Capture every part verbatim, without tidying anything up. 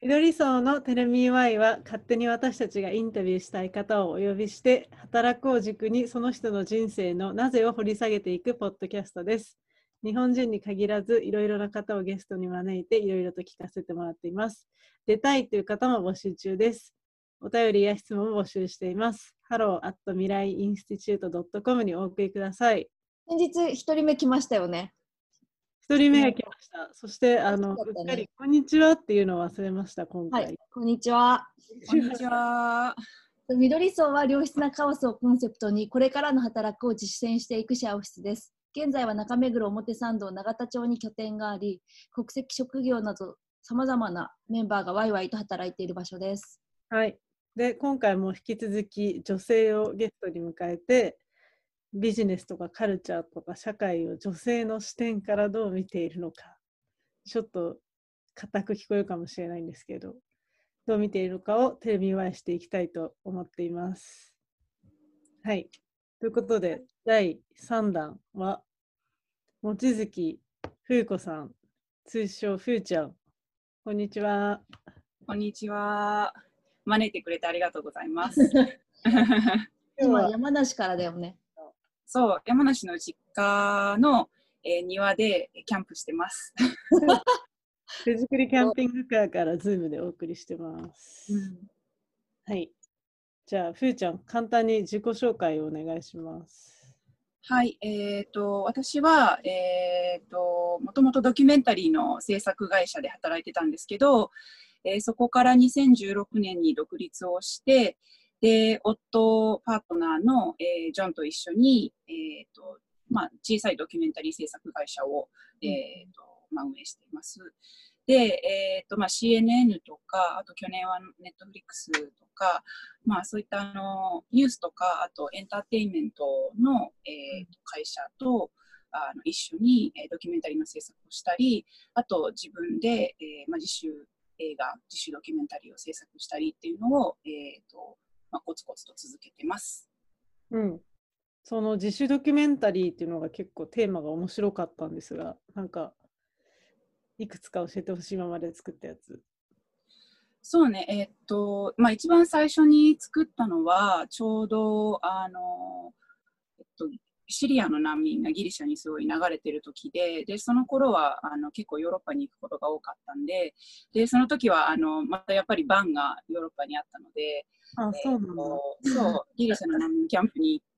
緑層のテレミー Y は勝手に私たちがインタビューしたい方をお呼びして働くを軸にその人の人生のなぜを掘り下げていくポッドキャストです。日本人に限らずいろいろな方をゲストに招いていろいろと聞かせてもらっています。出たいという方も募集中です。お便りや質問も募集しています。ハローアットミライインスティチュートドットコムにお送りください。 先日一人目来ましたよね。 一人目が来ました。そして、あの、うっかり、こんにちはっていうのを忘れました、今回。 はい、こんにちは。 こんにちは。 緑層は良質なカオスをコンセプトに、これからの働くを実践していくシェアオフィスです。現在は中目黒、表参道、永田町に拠点があり、国籍、職業など様々なメンバーがワイワイと働いている場所です。 はい。で、今回も引き続き女性をゲストに迎えて、ビジネスとかカルチャーとか社会を女性の視点からどう見ているのか、ちょっと固く聞こえるかもしれないんですけど、どう見ているのかをテレビワイしていきたいと思っています。はい。ということで、だいさんだんは、望月風子さん、通称ふーちゃん。こんにちは。 こんにちは。招いてくれてありがとうございます。 今、山梨からだよね。 そう、山梨の実家の、えー、庭でキャンプしてます。 手作りキャンピングカーからズームでお送りしてます。うん、はい。じゃあ、ふーちゃん、簡単に自己紹介をお願いします。 はい、えーと、私は、えーと、もともとドキュメンタリーの制作会社で働いてたんですけど、えー、そこからにせんじゅうろくねんに独立をして、で、夫、パートナーの、えー、ジョンと一緒に、えーとまあ、小さいドキュメンタリー制作会社を、えーとまあ、運営しています。で、えーとまあ、シーエヌエヌ とか、あと去年はネットフリックスとか、まあ、そういったあのニュースとか、あとエンターテインメントの、えーと会社とあの一緒に、えー、ドキュメンタリーの制作をしたり、あと自分で、えーまあ、自主映画、自主ドキュメンタリーを制作したりっていうのを、えーとまあ、コツコツと続けてます。 うん。その自主ドキュメンタリーっていうのが結構テーマが面白かったんですが、なんかいくつか教えてほしい。今まで作ったやつ。 そうね、えー、っと、まあ一番最初に作ったのは、ちょうど、あの、えっと、シリアの難民がギリシャにすごい流れてる時で、で、その頃はあの結構ヨーロッパに行くことが多かったんで、で、その時はあのまたやっぱりバンがヨーロッパにあったので、 あ、そうなんだ。 えー、そう、ギリシャの難民キャンプに行って、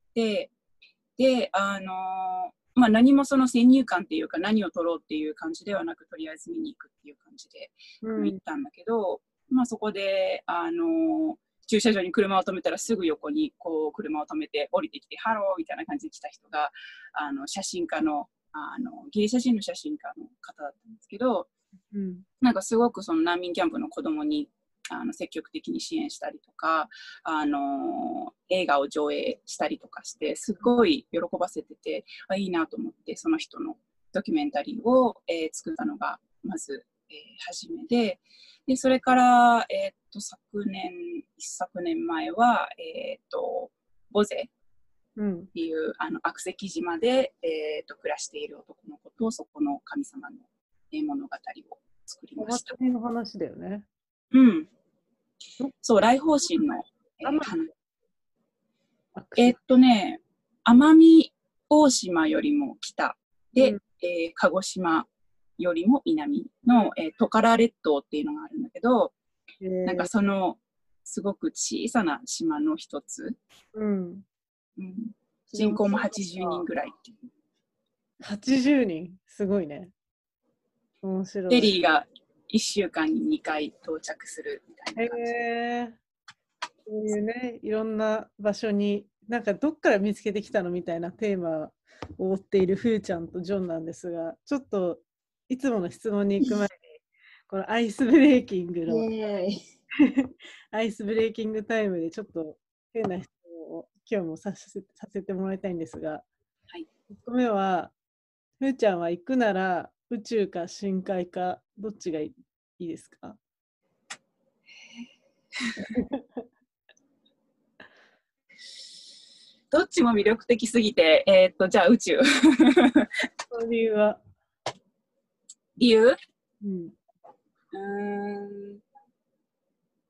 で、あのまあ、何もその先入観っていうか何を取ろうっていう感じではなく、とりあえず見に行くっていう感じで行ったんだけど、うん、まあ、そこで、あの駐車場に車を止めたらすぐ横にこう車を止めて降りてきてハローみたいな感じで来た人があの写真家のあのギリシャ人の写真家の方だったんですけど、うん、なんかすごくその難民キャンプの子供にあの積極的に支援したりとか、あの映画を上映したりとかしてすごい喜ばせてて、あいいなと思って、その人のドキュメンタリーを、えー、作ったのがまず、えー、初めで、でそれから、えー、っと昨年一昨年前は、えー、っとボゼっていう、うん、あの悪石島で、えー、っと暮らしている男の子とそこの神様の物語を作りました。 お祭りの話だよね。 うん。そう、来訪神の、えー、話。えー、っとね、奄美大島よりも北で、うん、えー、鹿児島よりも南の、えー、トカラ列島っていうのがあるんだけど、なんかそのすごく小さな島の一つ、うんうん、人口もはちじゅうにんぐらいっていう。 はちじゅうにん、すごいね。面白い。 フェリーがいっしゅうかんににかい到着するみたいな感じ。 へー、そういうね、いろんな場所に、なんかどっから見つけてきたのみたいなテーマを追っているふーちゃんとジョンなんですが、ちょっといつもの質問に行く前に、このアイスブレーキングのアイスブレーキングタイムでちょっと変な質問を今日もさせ、させてもらいたいんですが、 はい、 いっこめは、ふーちゃんは行くなら宇宙か深海かどっちがいいですか？ どっちも魅力的すぎて、えー、っとじゃあ宇宙。 その理由は？ 理由？ うん。 うーん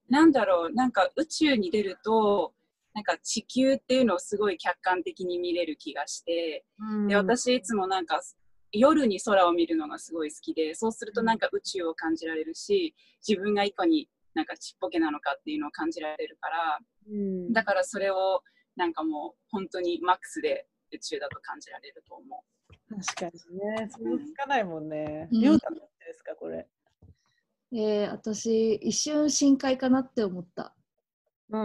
なんだろう、なんか宇宙に出ると、なんか地球っていうのをすごい客観的に見れる気がして、うん、で私いつもなんか夜に空を見るのがすごい好きで、そうするとなんか宇宙を感じられるし、自分がいかになんかちっぽけなのかっていうのを感じられるから、うん、だからそれをなんかもう本当にマックスで宇宙だと感じられると思う。 確かにね、想像つかないもんね。りょうたどっちですか、これ。 えー、私一瞬深海かなって思った。 うん、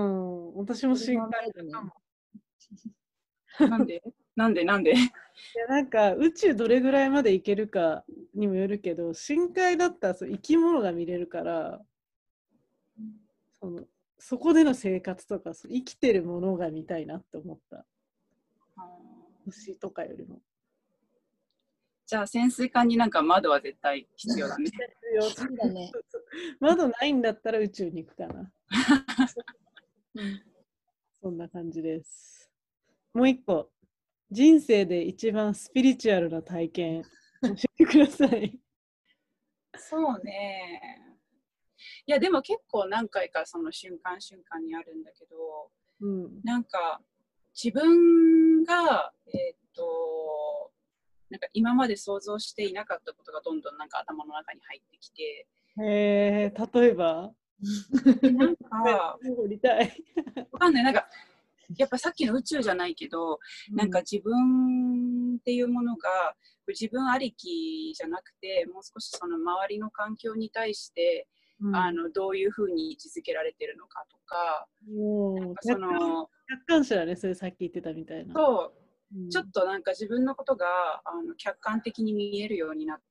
私も深海かも。 なんでなんでなんでいやなんか宇宙どれぐらいまで行けるかにもよるけど、深海だったらそう生き物が見れるから、そのそこでの生活とかそう生きてるものが見たいなって思った。星とかよりも。 じゃあ潜水艦になんか窓は絶対必要だね。 必要だね。 窓ないんだったら宇宙に行くかな。うん、そんな感じです。もう一個、人生で一番スピリチュアルな体験教えてください。 そうね。いやでも結構何回かその瞬間瞬間にあるんだけど、うん、なんか自分がえー、っとなんか今まで想像していなかったことがどんどんなんか頭の中に入ってきて。 へー、例えばなんか掘りたい。 わかんない。なんかやっぱさっきの宇宙じゃないけど、うん、なんか自分っていうものが自分ありきじゃなくて、もう少しその周りの環境に対して、うん、あのどういうふうに位置づけられてるのかとか、 なんかその客観視だね、それさっき言ってたみたいな。 そう、うん、ちょっとなんか自分のことがあの客観的に見えるようになって、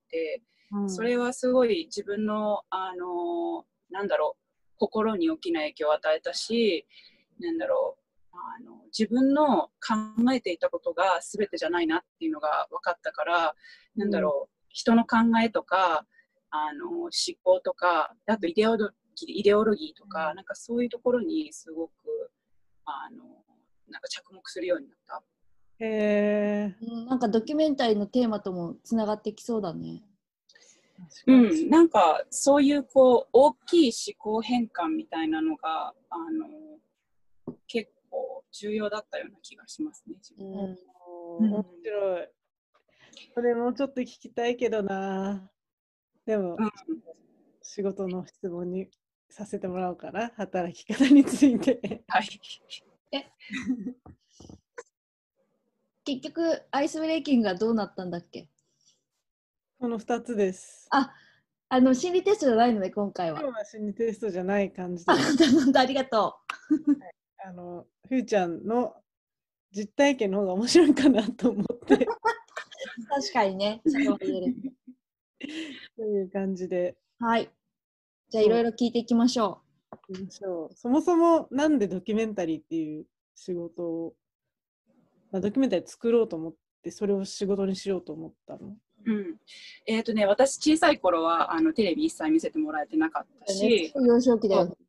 うん、それはすごい自分のあのなんだろう、心に大きな影響を与えたし、なんだろう、あの自分の考えていたことが全てじゃないなっていうのが分かったから、うん、なんだろう、人の考えとかあの思考とか、あとイデオロイデオロギーとか、うん、なんかそういうところにすごくあのなんか着目するようになった。 へー、なんかドキュメンタリーのテーマともつながってきそうだね。 うん、なんかそういうこう大きい思考変換みたいなのがあの結構重要だったような気がしますね。 うん、面白い。それもちょっと聞きたいけどな。でも、うん、仕事の質問にさせてもらおうかな。働き方について。 はい。 え結局アイスブレイキングがどうなったんだっけ？ このふたつです。 あ、あの心理テストじゃないのね、今回は。 今日は心理テストじゃない感じで。 ありがとう。はい、あのふーちゃんの実体験の方が面白いかなと思って。 確かにね、それは言える。 という感じで。 はい。じゃあいろいろ聞いていきましょう。いきましょう。そもそもなんでドキュメンタリーっていう仕事を、まあ、ドキュメンタリー作ろうと思ってそれを仕事にしようと思ったの？ うん、えーとね、私小さい頃はあのテレビ一切見せてもらえてなかったし、 幼少期だよ。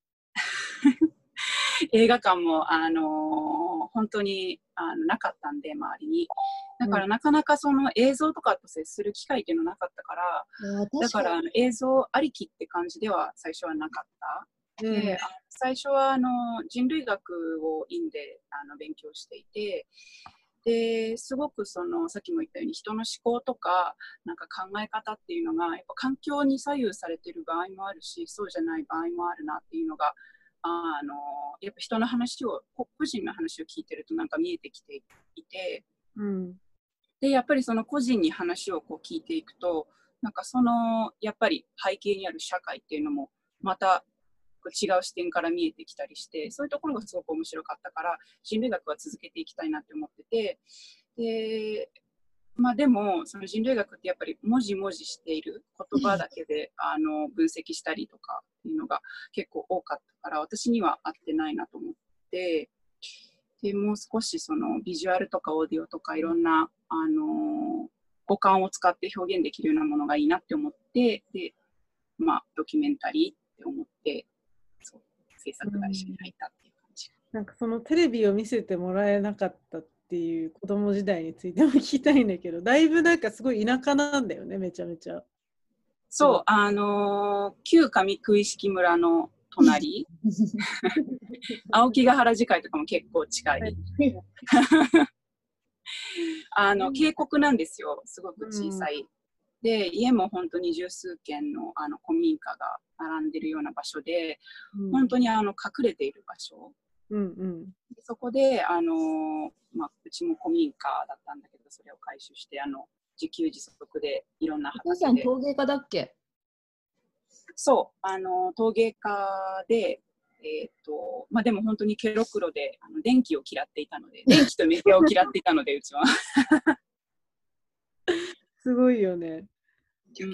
映画館も、あのー、本当にあのなかったんで周りに。だからなかなかその映像とかと接する機会っていうのなかったから、うん、だから映像ありきって感じでは最初はなかった。うん、で、最初はあの人類学を院であの勉強していて、ですごくそのさっきも言ったように人の思考とかなんか考え方っていうのがやっぱ環境に左右されている場合もあるし、そうじゃない場合もあるなっていうのがあのやっぱ人の話を個人の話を聞いてるとなんか見えてきていて、うん、でやっぱりその個人に話をこう聞いていくとなんかそのやっぱり背景にある社会っていうのもまた違う視点から見えてきたりして、そういうところがすごく面白かったから人類学は続けていきたいなって思ってて、で、まあ、でもその人類学ってやっぱり文字文字している言葉だけであの分析したりとかっていうのが結構多かったから私には合ってないなと思って、でもう少しそのビジュアルとかオーディオとかいろんなあの五感を使って表現できるようなものがいいなって思って、で、まあ、ドキュメンタリーって思って制作会社に入ったっていう感じ、 うん、なんかそのテレビを見せてもらえなかったっていう子供時代についても聞きたいんだけど、だいぶなんかすごい田舎なんだよね、めちゃめちゃ。 そう、あのー、旧上九一色村の隣青木ヶ原樹海とかも結構近いあの渓谷なんですよ、すごく小さい、うん、で家も本当に十数軒 の, あの古民家が並んでるような場所で、うん、本当にあの隠れている場所、うんうん、でそこであの、まあ、うちも古民家だったんだけど、それを改修してあの自給自足でいろんな畑で。 お父さん陶芸家だっけ？ そう、あの陶芸家で、えーとまあ、でも本当にケロクロであの電気を嫌っていたので、電気と水を嫌っていたのでうちはすごいよね、 うん、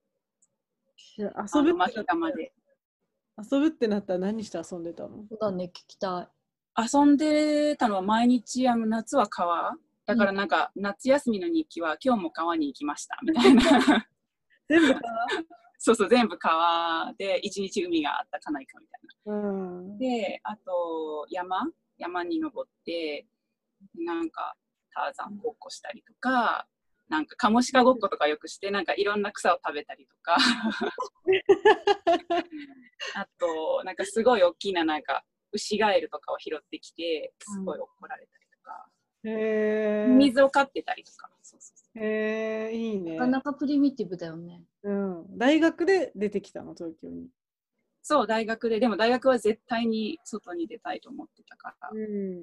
遊ぶってなったらで遊ぶってなったら何して遊んでたの？ そうだね、聞きたい。遊んでたのは毎日、あの夏は川だから、なんか、うん、夏休みの日記は今日も川に行きましたみたいな全部川そうそう、全部川で一日海があったかないかみたいな、うん、であと山山に登ってなんかターザンごっこしたりとか、なんかカモシカごっことかよくして、なんかいろんな草を食べたりとかあとなんかすごい大きななんかウシガエルとかを拾ってきてすごい怒られたりとか、うん、へー、水を飼ってたりとか。そうそうそう、 へー、いいね。 なかなかプリミティブだよね。 うん、大学で出てきたの、東京に。 そう、大学で。でも大学は絶対に外に出たいと思ってたから、うん、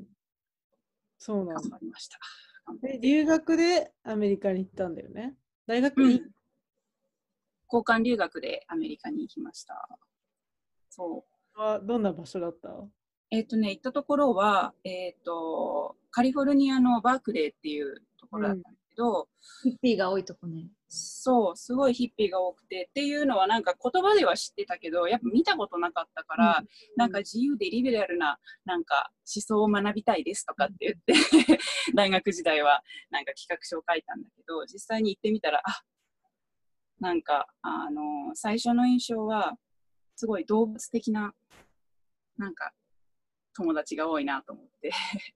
そうなんだ。 頑張りました。 で留学でアメリカに行ったんだよね。大学に、うん、 交換留学でアメリカに行きました。そう。 はどんな場所だった？ えっとね、行ったところは、えっと、カリフォルニアのバークレーっていうところだったんだけど、 うん、ヒッピーが多いとこね。 そう、すごいヒッピーが多くてっていうのはなんか言葉では知ってたけど、やっぱ見たことなかったから、うん、なんか自由でリベラルななんか思想を学びたいですとかって言って大学時代はなんか企画書を書いたんだけど、実際に行ってみたら、あ、なんかあの最初の印象はすごい動物的ななんか友達が多いなと思って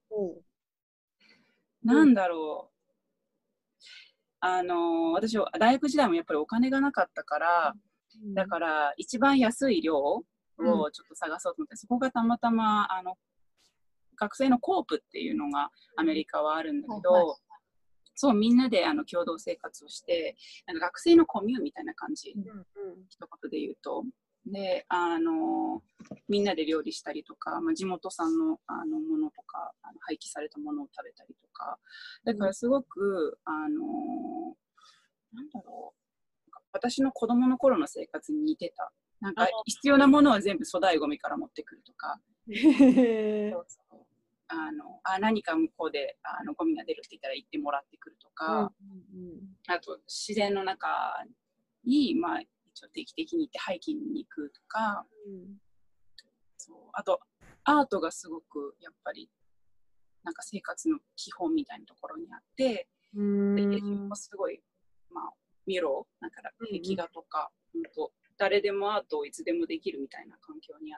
なんだろう、あの私は大学時代もやっぱりお金がなかったから、うん、だから一番安い寮をちょっと探そうと思って、うん、そこがたまたまあの学生のコープっていうのがアメリカはあるんだけど、うん、はい、そうみんなであの共同生活をしてなんか学生のコミュみたいな感じ、うんうん、一言で言うと。であのみんなで料理したりとか、まあ、地元産 の, あのものとかあの廃棄されたものを食べたりとか、だからすごく、うん、あのなんだろう、私の子供の頃の生活に似てた。なんか必要なものは全部粗大ごみから持ってくるとかそうそう、あのあ何か向こうであのゴミが出るって言ったら行ってもらってくるとか、うんうんうん、あと自然の中に、まあ定期的に行ってハイキングに行くとか、うん、そうあとアートがすごくやっぱりなんか生活の基本みたいなところにあって、うん、で絵もすごい、まあ、ミロなんか壁画とか、うん、本当誰でもアートをいつでもできるみたいな環境にあって、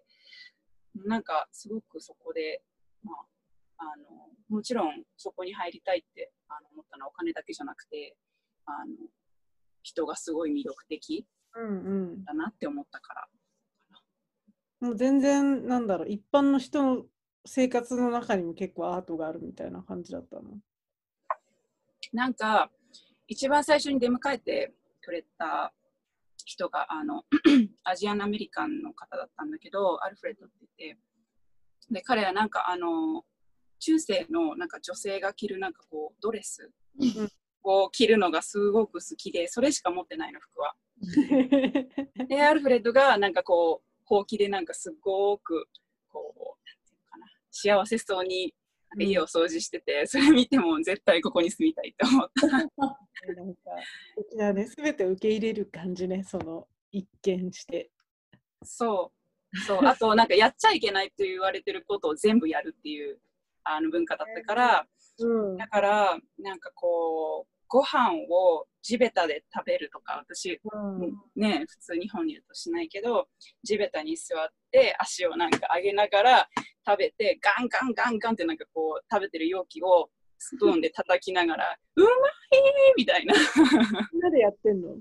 なんかすごくそこで、まあ、あのもちろんそこに入りたいってあの思ったのはお金だけじゃなくて、あの人がすごい魅力的だなって思ったから、 うんうん、もう全然なんだろう、一般の人の生活の中にも結構アートがあるみたいな感じだったの？ なんか一番最初に出迎えてくれた人があのアジアンアメリカンの方だったんだけど、アルフレッドって言って、で彼はなんかあの中世のなんか女性が着るなんかこうドレスを着るのがすごく好きで、それしか持ってないの服はでアルフレッドがなんかこうほうきでなんかすごくこうなんていうのかな、幸せそうに家を掃除してて、うん、それ見ても絶対ここに住みたいって思ったなんかいやね、全て受け入れる感じね、その一見して。 そうそう、あとなんかやっちゃいけないと言われてることを全部やるっていうあの文化だったから、うん、だからなんかこうご飯を地べたで食べるとか、私、うん、ね普通日本にいるとしないけど、地べたに座って足をなんか上げながら食べて、ガンガンガンガンってなんかこう食べてる容器をスプーンで叩きながらうまいみたいなみんなでやってんの？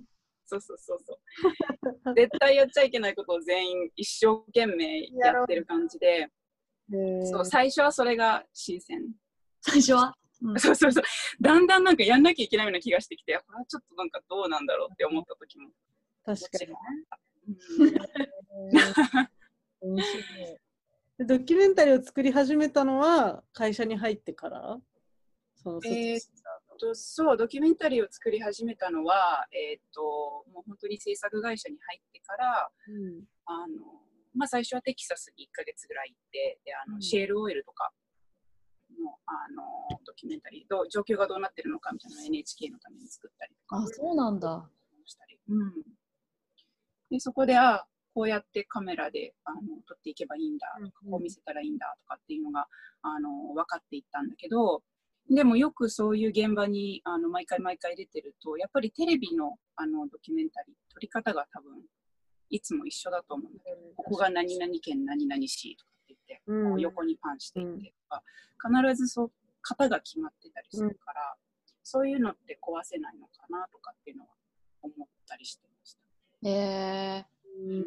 そうそうそうそう絶対やっちゃいけないことを全員一生懸命やってる感じで、そう最初はそれが新鮮。 最初は、 うん、そうそうそう。だんだんなんかやんなきゃいけないような気がしてきて、これはちょっとなんかどうなんだろうって思った時も。 確かに。面白い。でドキュメンタリーを作り始めたのは会社に入ってから？そのえー、っとそうドキュメンタリーを作り始めたのは、えー、っともう本当に制作会社に入ってから、うん、あのまあ、最初はテキサスにいっかげつぐらい行ってであの、うん、シェールオイルとかの、あのドキュメンタリーど状況がどうなってるのかみたいな エヌエイチケー のために作ったりとか。 あ、そうなんだ。 したり、うん、でそこであこうやってカメラであの撮っていけばいいんだとか、こう見せたらいいんだとかっていうのがあの分かっていったんだけど、でもよくそういう現場にあの毎回毎回出てるとやっぱりテレビの、あのドキュメンタリー撮り方が多分いつも一緒だと思うんだけど、ここが何々県何々市とかって言って、うん、こう横にパンしていってとか、うん、必ずそう型が決まってたりするから、うん、そういうのって壊せないのかなとかっていうのは思ったりしてました。 へー、うん、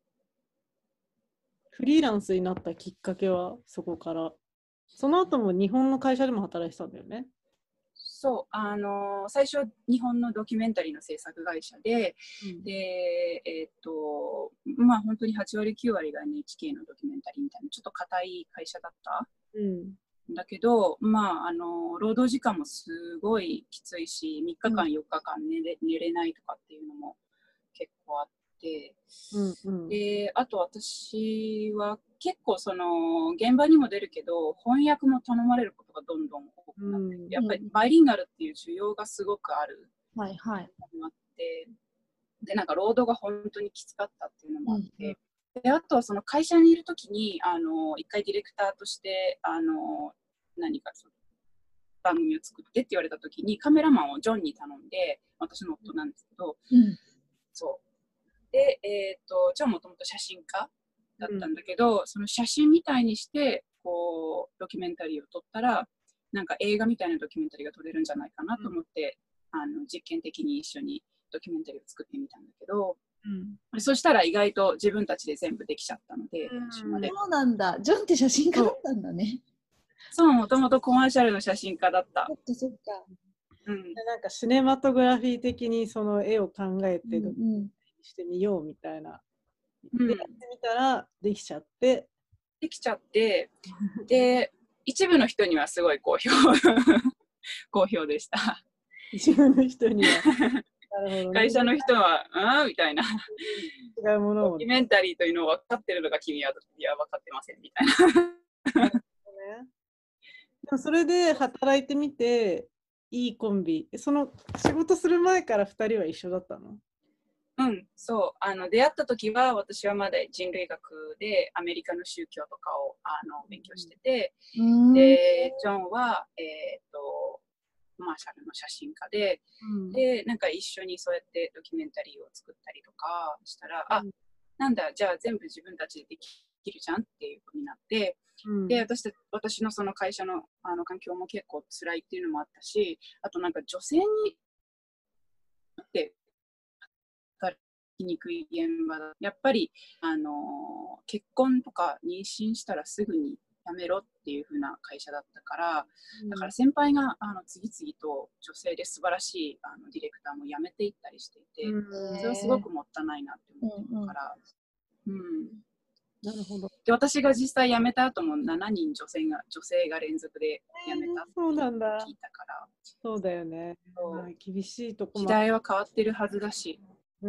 フリーランスになったきっかけはそこから。その後も日本の会社でも働いてたんだよね。 そう、あのー、最初は日本のドキュメンタリーの制作会社で、うん、で、えー、っと、まあ本当にはちわりきゅうわりが エヌエイチケー のドキュメンタリーみたいなちょっと硬い会社だった。うん、だけど、まあ、あの労働時間もすごいきついし、みっかかんよっかかん寝れ、寝れないとかっていうのも結構あって、うんうん、であと私は結構その現場にも出るけど翻訳も頼まれることがどんどん多くなって、うん、やっぱりバイリンガルっていう需要がすごくあるのもあって、はいはい、でなんか労働が本当にきつかったっていうのもあって、うんうん、であとはその会社にいるときにあの一回ディレクターとしてあの何かその番組を作ってって言われたときにカメラマンをジョンに頼んで、私の夫なんですけど、うん、そうで、えーと、じゃあもともと写真家だったんだけど、うん、その写真みたいにしてこうドキュメンタリーを撮ったらなんか映画みたいなドキュメンタリーが撮れるんじゃないかなと思って、うん、あの実験的に一緒にドキュメンタリーを作ってみたんだけど、うん、そしたら意外と自分たちで全部できちゃったので、うん、 そうなんだ。ジョンって写真家だったんだね。 そう、もともとコマーシャルの写真家だった。 そっかそっか。 うん、なんかシネマトグラフィー的にその絵を考えてドキュメンタリーしてみようみたいな、うん、でやってみたらできちゃってできちゃってで一部の人にはすごい好評好評でした。 一部の人にはなるほど、ね、会社の人はあみたいな違うものを、 ドキュメンタリーというのを分かってるのが君はいや分かってませんみたいな。 ね、でもそれで働いてみていいコンビ、その仕事する前からふたりは一緒だったの？ うん、そうあの出会った時は私はまだ人類学でアメリカの宗教とかをあの勉強してて、うん、でジョンは、えー、とコマーシャルの写真家で、うん、でなんか一緒にそうやってドキュメンタリーを作ったりとかしたら、うん、あなんだじゃあ全部自分たちでできるじゃんっていうことになって、うん、で 私, 私のその会社の、あの環境も結構辛いっていうのもあったし、あとなんか女性にって働きにくい現場だ。やっぱり、あのー、結婚とか妊娠したらすぐに辞めろっていう風な会社だったから、うん、だから先輩があの次々と女性で素晴らしいあのディレクターも辞めていったりしていて、うん、それはすごくもったいないなって思ってるから、うんうん、 なるほど。 で私が実際辞めた後もしちにん女性が女性が連続で辞めたって聞いたから、 そうだよね。まあ、厳しいとこも時代は変わってるはずだし、 うん、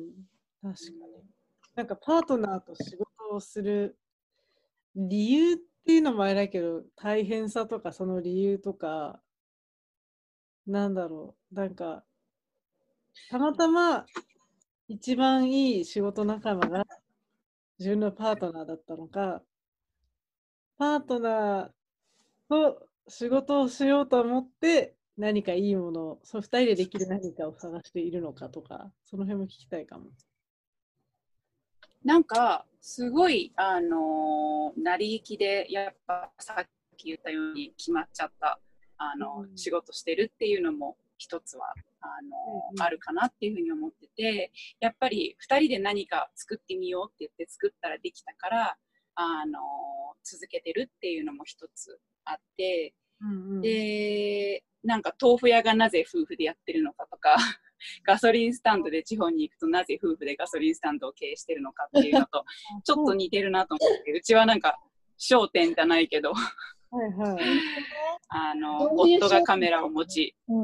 確かに。なんかパートナーと仕事をする理由っていうのもあれだけど、大変さとかその理由とか、なんだろう、なんかたまたま一番いい仕事仲間が自分のパートナーだったのか、パートナーと仕事をしようと思って何かいいものを、そうふたりでできる何かを探しているのかとか、その辺も聞きたいかも。 なんかすごいあのー、成り行きでやっぱさっき言ったように決まっちゃったあの、うん、仕事してるっていうのも一つはあの、 うんうんあるかなっていうふうに思ってて、やっぱりふたりで何か作ってみようって言って作ったらできたからあの続けてるっていうのも一つあって、 うんうん、 でなんか豆腐屋がなぜ夫婦でやってるのかとかガソリンスタンドで地方に行くとなぜ夫婦でガソリンスタンドを経営してるのかっていうのとちょっと似てるなと思って、うちはなんか商店じゃないけどはいはい、 あのどういう夫がカメラを持ち、 うん、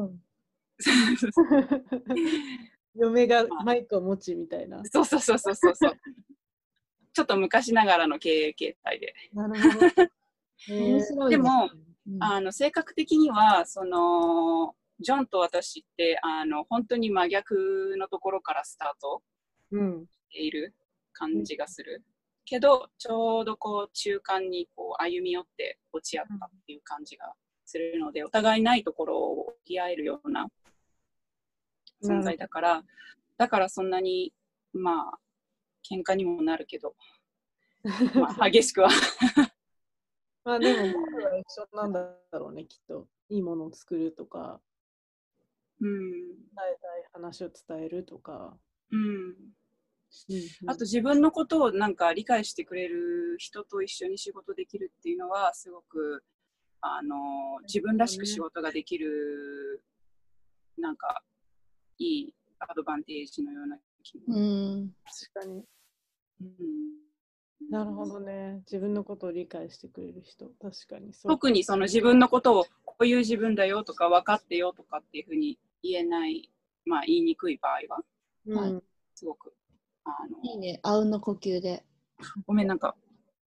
嫁がマイクを持ちみたいな。 そうそうそうそうそうそうちょっと昔ながらの経営形態で。 なるほど。 面白いね。 でも、 うん、 あの性格的にはそのジョンと私ってあの本当に真逆のところからスタートしている感じがする、うん、けどちょうどこう中間にこう歩み寄って落ち合ったっていう感じがするので、お互いないところを向き合えるような存在だから、だからそんなにまあ喧嘩にもなるけど、まあ、激しくはまあでも僕は一緒なんだろうね、きっと。いいものを作るとか、 うん、 伝えたい話を伝えるとか、 うん、 うんうん、 あと自分のことをなんか理解してくれる人と一緒に仕事できるっていうのはすごくあの自分らしく仕事ができるなんかいいアドバンテージのような気も、 うん、 確かに、 うん、 なるほどね。自分のことを理解してくれる人、確かにそう。 特にその自分のことをこういう自分だよとか分かってよとかっていうふうに言えない、まあ言いにくい場合は、 うん、 すごくあのいいね、あうんの呼吸で。 ごめんなんか、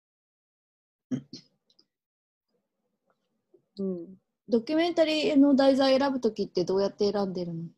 うん、 ドキュメンタリーの題材選ぶときってどうやって選んでるの？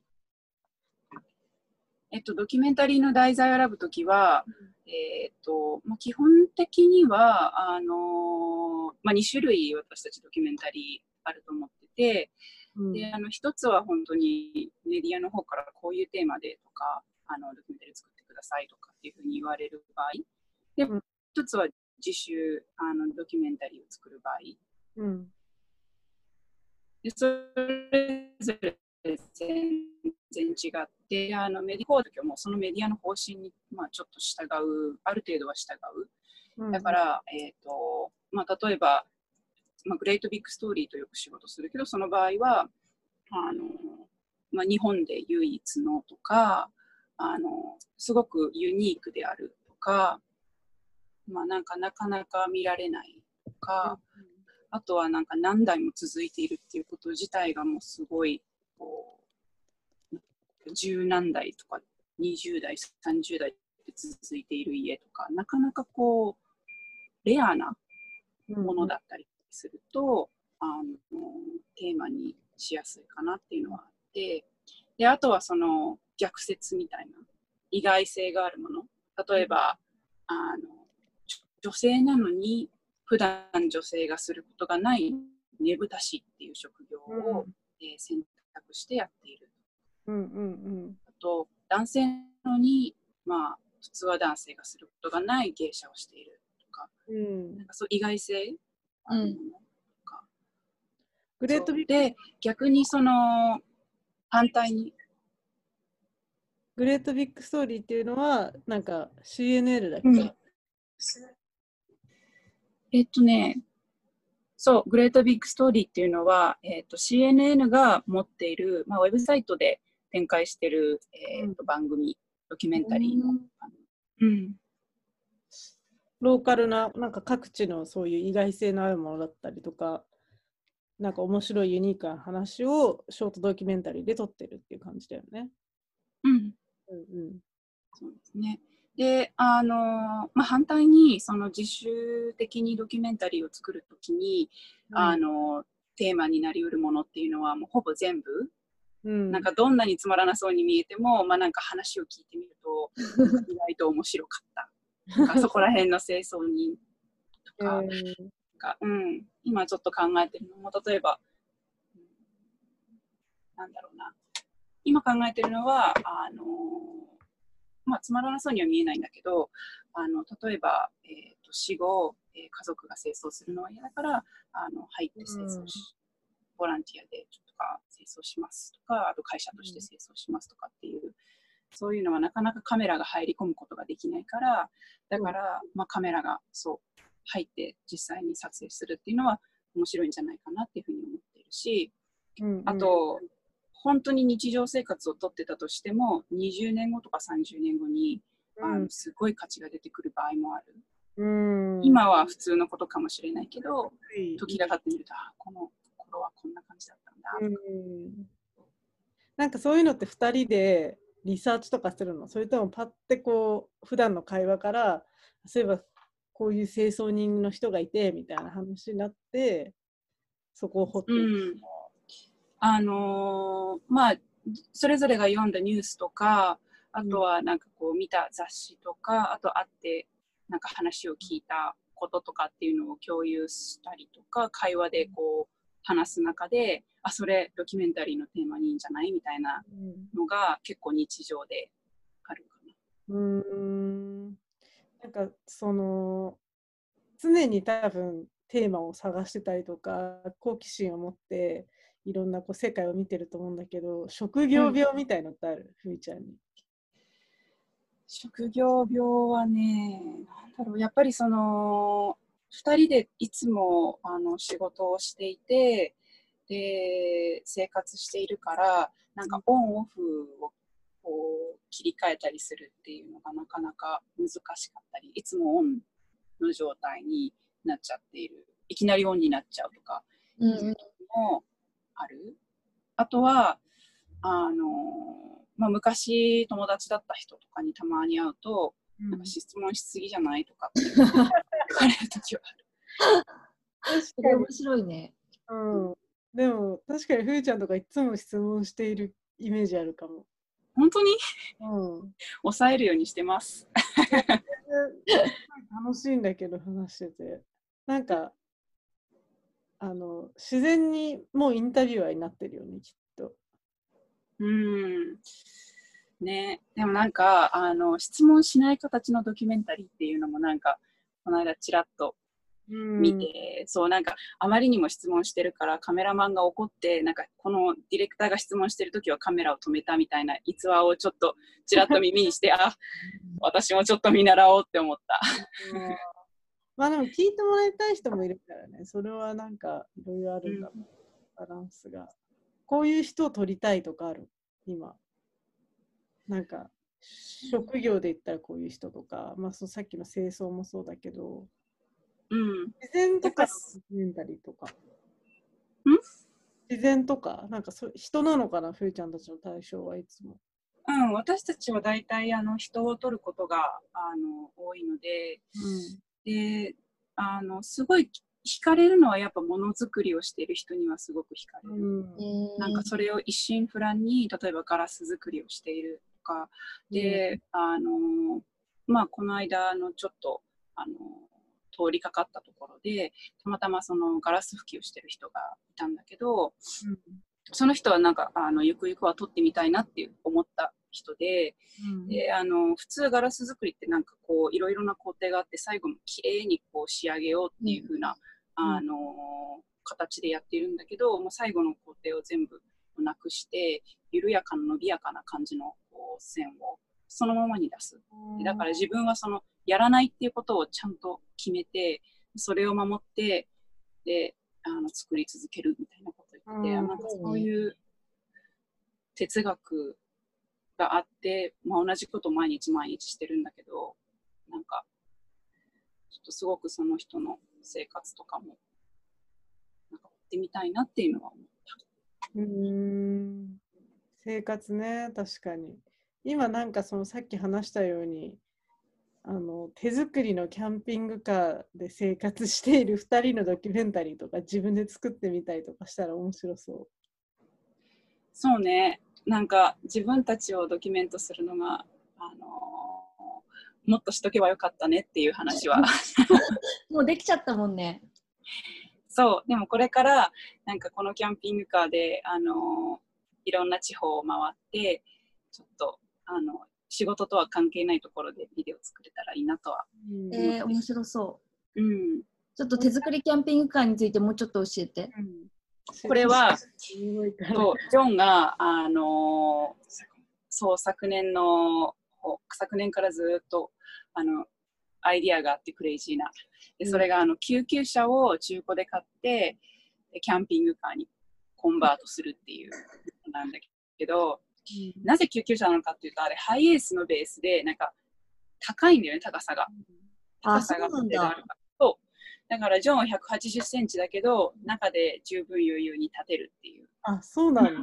えっと、ドキュメンタリーの題材を選ぶときは、えっとまあ、基本的にはあの、まあ、に種類私たちドキュメンタリーあると思ってて、うん、であの一つは本当にメディアの方からこういうテーマでとかあのドキュメンタリー作ってくださいとかっていうふうに言われる場合で、うん、一つは自主あのドキュメンタリーを作る場合、うん、でそれぞれ全然違って、あのメディアの時はもうそのメディアの方針に、まあ、ちょっと従う、ある程度は従う。だから、うん、えーとまあ、例えば、まあ、グレートビッグストーリーとよく仕事するけど、その場合は、あのまあ、日本で唯一のとか、あのすごくユニークであるとか、まあ、なんかなかなか見られないとか、うんあとはなんか何代も続いているっていうこと自体がもうすごいこう十何代とかにじゅう代さんじゅう代って続いている家とかなかなかこうレアなものだったりすると、うん、あのテーマにしやすいかなっていうのはあって、であとはその逆説みたいな意外性があるもの、例えばあの女性なのに普段女性がすることがないねぶた師っていう職業を、うんえー、選択してやっている。 うんうんうん、 あと男性なのに、まあ、普通は男性がすることがない芸者をしているとか、うん、なんかそう意外性あるものとか、うん、グレートビッグで逆にその反対にグレートビッグストーリーっていうのはなんか シーエヌエヌ だっけ、うんえっとね、そう、グレートビッグストーリーっていうのは、えっと、シーエヌエヌ が持っている、まあ、ウェブサイトで展開している、えーと、番組、ドキュメンタリーの、うん、 ローカルな、なんか各地のそういう意外性のあるものだったりとか、なんか面白いユニークな話をショートドキュメンタリーで撮ってるっていう感じだよね。 うん。 うんうん。 そうですね。で、あの、まあ、反対にその自主的にドキュメンタリーを作るときに、うん、あのテーマになりうるものっていうのはもうほぼ全部、うん、なんかどんなにつまらなそうに見えても、まあ、なんか話を聞いてみると意外と面白かったとかそこら辺の清掃人とか、えーかうん、今ちょっと考えてるのも例えば、うん、なんだろうな今考えてるのはあのまあ、つまらなそうには見えないんだけど、あの例えば、えーと、死後、えー、家族が清掃するのは嫌だからあの入って清掃し、うん、ボランティアでちょっとか清掃しますとか、あと会社として清掃しますとかっていう、うん、そういうのはなかなかカメラが入り込むことができないから、だから、うん、まあ、カメラがそう入って実際に撮影するっていうのは面白いんじゃないかなっていうふうに思っているし、うんうん、あと本当に日常生活を撮ってたとしてもにじゅうねんごとかさんじゅうねんごに、うん、あのすごい価値が出てくる場合もある。うん、今は普通のことかもしれないけど、時が経ってみると、あ、この頃はこんな感じだったんだとか、うん、 なんかそういうのってふたりでリサーチとかするの？それともパッてこう普段の会話からそういえばこういう清掃人の人がいてみたいな話になってそこを掘っていく、うん、 あのー、まあそれぞれが読んだニュースとか、あとはなんかこう見た雑誌とか、あと会ってなんか話を聞いたこととかっていうのを共有したりとか、会話でこう話す中で、あ、それドキュメンタリーのテーマにいいんじゃないみたいなのが結構日常であるかな。 うーん、なんかその常に多分テーマを探してたりとか好奇心を持っていろんなこう世界を見てると思うんだけど、職業病みたいのってある？ふみちゃんに。 職業病はね、なんだろう、やっぱりそのふたりでいつもあの仕事をしていて、で生活しているから、なんかオンオフをこう切り替えたりするっていうのがなかなか難しかったり、いつもオンの状態になっちゃっている、いきなりオンになっちゃうとかいうのもある。うん、あとはあのまあ、昔友達だった人とかにたまに会うと、うん、なんか質問しすぎじゃないとかって言われる時はある。 それ面白いね。 うん。でも確かにふーちゃんとかいつも質問しているイメージあるかも。 本当に？ うん。 抑えるようにしてます。 楽しいんだけど話してて、なんかあの自然にもうインタビュアーになってるよね、きっと。 うんね、でもなんかあの質問しない形のドキュメンタリーっていうのもなんかこの間ちらっと見て、そうなんかあまりにも質問してるからカメラマンが怒って、なんかこのディレクターが質問してるときはカメラを止めたみたいな逸話をちょっとちらっと耳にしてあ、私もちょっと見習おうって思った。 まあでも聞いてもらいたい人もいるからね、それはなんかいろいろあるんだもん、うん、バランスが。こういう人を撮りたいとかある？今なんか職業で言ったらこういう人とか、まあ、そのさっきの清掃もそうだけど、 うん、 自然とかのドキュメンタリーとか、ん自然とか、なんかそ人なのかな、ふーちゃんたちの対象はいつも。 うん、私たちは大体あの人を撮ることがあの多いので、うん、であのすごい惹かれるのはやっぱものづくりをしている人にはすごく惹かれる、うん、なんかそれを一心不乱に例えばガラス作りをしているとかで、うん、あのまあこの間のちょっとあの通りかかったところでたまたまそのガラス拭きをしてる人がいたんだけど、うん、その人はなんかあのゆくゆくは撮ってみたいなって思った人で、うん、であの普通ガラス作りってなんかこういろいろな工程があって最後も綺麗にこう仕上げようっていう風な、うん、あの形でやっているんだけど、もう最後の工程を全部なくして緩やかな伸びやかな感じのこう線をそのままに出す。でだから自分はそのやらないっていうことをちゃんと決めてそれを守ってであの作り続けるみたいなこと言ってて、うん、なんかそういう哲学があって、まあ、同じことを毎日毎日してるんだけど、なんかちょっとすごくその人の生活とかもなんか追ってみたいなっていうのは思った。 うーん、生活ね、確かに。今なんかそのさっき話したようにあの手作りのキャンピングカーで生活しているふたりのドキュメンタリーとか自分で作ってみたりとかしたら面白そう。 そうね、なんか自分たちをドキュメントするのが、あのー、もっとしとけばよかったねっていう話はもうできちゃったもんね。 そう、でもこれからなんかこのキャンピングカーで、あのー、いろんな地方を回ってちょっとあの仕事とは関係ないところでビデオ作れたらいいなとは、 うん、えー、面白そう、 うん、 ちょっと手作りキャンピングカーについてもうちょっと教えて。 うん、 これはすごいからそうジョンが、あのーそう昨年の昨年からずっとあのアイディアがあってクレイジーなでそれがあの救急車を中古で買ってでキャンピングカーにコンバートするっていうのなんだけど、うん、なぜ救急車なのかっていうとあれハイエースのベースでなんか高いんだよね高さが高さがあるからそうだからジョンはひゃくはちじゅっセンチだけど中で十分余裕に立てるっていうあそうなんだ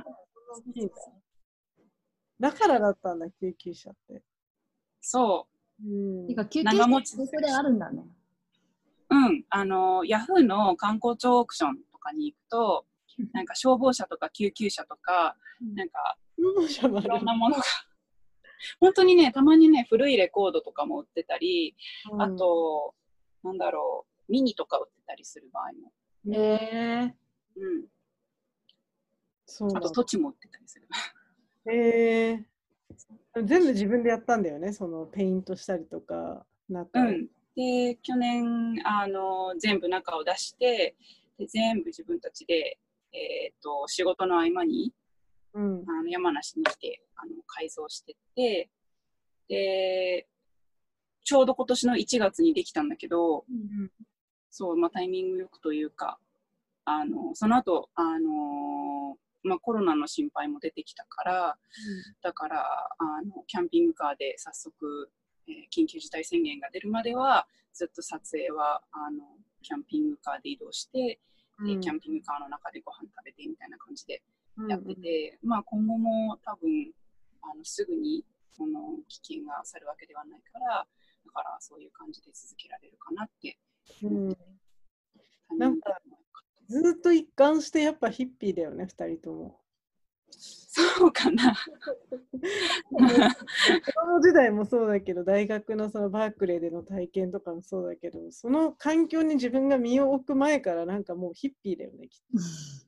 だからだったんだ救急車ってそう。 うん、てか救急車ってそれあるんだね。 うん、あのヤフーの観光庁オークションとかに行くと、なんか消防車とか救急車とか、なんかいろんなものが本当にね、たまにね古いレコードとかも売ってたり、うん、あとなんだろうミニとか売ってたりする場合も。 へえ。 うん。そうあと土地も売ってたりする。 へえ。全部自分でやったんだよね、そのペイントしたりとか。 中うん、で去年あの全部中を出してで全部自分たちで、えー、と仕事の合間に、うん、あの山梨に来てあの改造してってでちょうど今年のいちがつにできたんだけど、うん、そう、まあ、タイミングよくというかあのその後あのまあ、コロナの心配も出てきたから、うん、だからあのキャンピングカーで早速、えー、緊急事態宣言が出るまではずっと撮影はあのキャンピングカーで移動して、うん、キャンピングカーの中でご飯食べてみたいな感じでやってて、うんまあ、今後も多分あのすぐにその危険が去るわけではないからだからそういう感じで続けられるかなって思って、 うん、なんかずっと一貫してやっぱヒッピーだよね、ふたりとも。 そうかな。 子供時代もそうだけど、大学のそのバークレーでの体験とかもそうだけど、その環境に自分が身を置く前からなんかもうヒッピーだよね、きっと。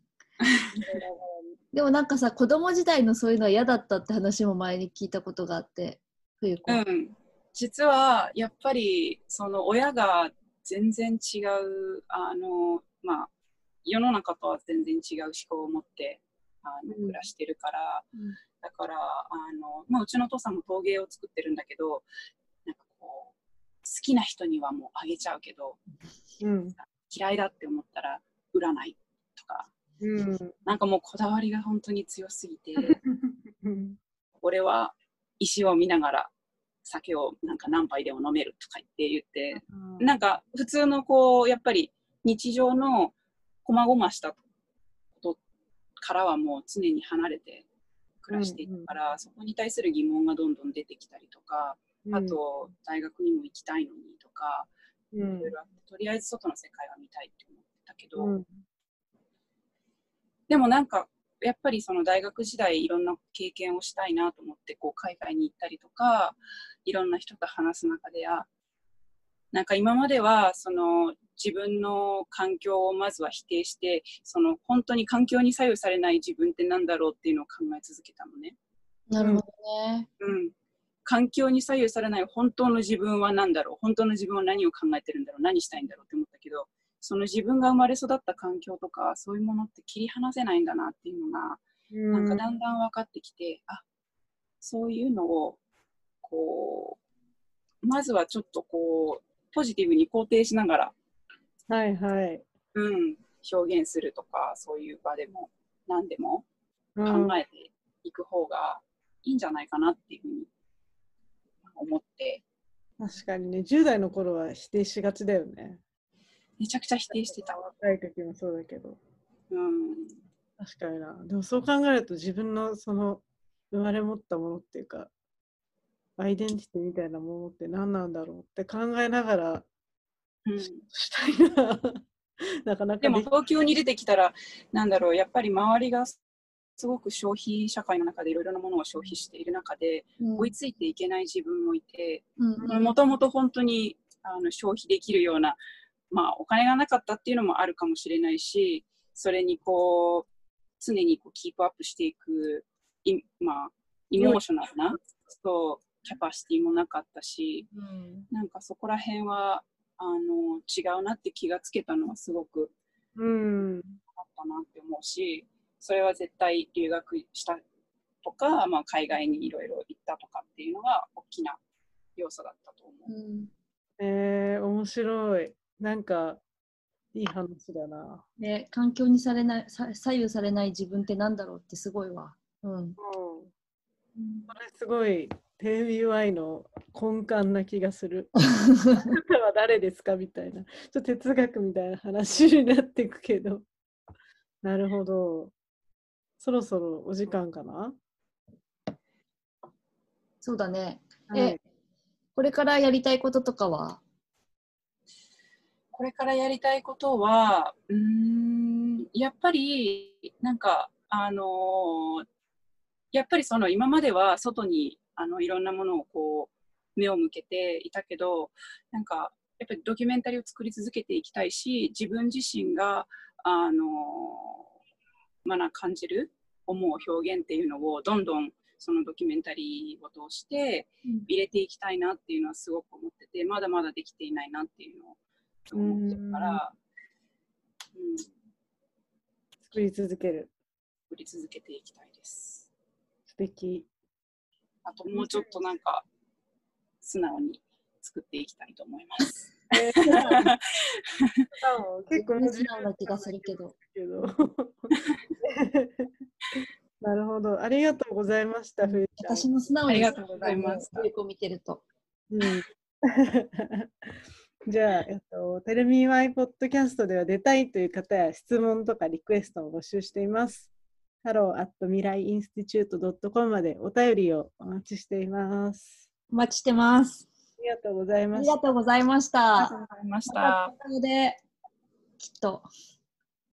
でもなんかさ、子供時代のそういうのは嫌だったって話も前に聞いたことがあって、冬子。 うん。実はやっぱりその親が全然違うあのまあ世の中とは全然違う思考を持ってあの暮らしてるから、うん、だからあの、まあ、うちのお父さんも陶芸を作ってるんだけどなんかこう好きな人にはもうあげちゃうけど、うん、嫌いだって思ったら売らないとか、うん、なんかもうこだわりが本当に強すぎて俺は石を見ながら酒をなんか何杯でも飲めるとか言って言って、うん、なんか普通のこうやっぱり日常のこまごましたことからはもう常に離れて暮らしていたから、うんうん、そこに対する疑問がどんどん出てきたりとか、うん、あと大学にも行きたいのにとか、うん、いろいろあってとりあえず外の世界は見たいって思ってたけど、うん、でもなんかやっぱりその大学時代いろんな経験をしたいなと思ってこう海外に行ったりとかいろんな人と話す中であなんか今まではその自分の環境をまずは否定してその本当に環境に左右されない自分ってなんだろうっていうのを考え続けたのね。 なるほどね、 うん、環境に左右されない本当の自分は何だろう本当の自分は何を考えてるんだろう何したいんだろうって思ったけどその自分が生まれ育った環境とかそういうものって切り離せないんだなっていうのが、うん、なんかだんだん分かってきてあそういうのをこうまずはちょっとこうポジティブに肯定しながら、 はいはいうん、表現するとかそういう場でも何でも考えていく方がいいんじゃないかなっていうふうに思って。 確かにねじゅう代の頃は否定しがちだよね。 めちゃくちゃ否定してた。 若い時もそうだけど。 うん。 確かにな。でもそう考えると自分のその生まれ持ったものっていうかアイデンティティみたいなものって何なんだろうって考えながら、うん、したいな。なかなか で, でも東京に出てきたらなんだろうやっぱり周りがすごく消費社会の中でいろいろなものを消費している中で、うん、追いついていけない自分もいてもともと本当にあの消費できるような、まあ、お金がなかったっていうのもあるかもしれないしそれにこう常にこうキープアップしていくい、まあ、イモーショナルな、うん、そうキャパシティもなかったし、うん、なんかそこら辺はあの違うなって気がつけたのはすごく、うん、あっただなって思うし、それは絶対留学したとか、まあ、海外にいろいろ行ったとかっていうのが大きな要素だったと思う。 うんえー、面白い。なんかいい話だな。 ね、環境にされないさ左右されない自分ってなんだろうってすごいわ。うん。 うん、これすごいテレビ ユーアイ の根幹な気がする。あなたは誰ですかみたいな。ちょっと哲学みたいな話になっていくけど。なるほど。そろそろお時間かな。 そうだね。 はい、 え、これからやりたいこととかは？ これからやりたいことは、うーん、やっぱり、なんか、あのーやっぱりその今までは外にあのいろんなものをこう目を向けていたけど、なんかやっぱりドキュメンタリーを作り続けていきたいし、自分自身があのまあな感じる思う表現っていうのをどんどんそのドキュメンタリーを通して入れていきたいなっていうのはすごく思ってて、まだまだできていないなっていうのを思ってるから、うん、 作り続ける。 作り続けていきたいです。 素敵。 あともうちょっとなんか素直に作っていきたいと思います。 えー、結構素直な気がするけど。 なるほど。ありがとうございました。ふゆちゃん。 私も素直にありがとうございました。 を見てると。 うん、じゃあ、えっと、テレミーワイポッドキャストでは出たいという方や質問とかリクエストを募集しています。ハローアットミライインスティチュートドットコムまでお便りをお待ちしています。 お待ちしてます。 ありがとうございあました。 りがとうございましありがとた。 うございましまたた。 できっと。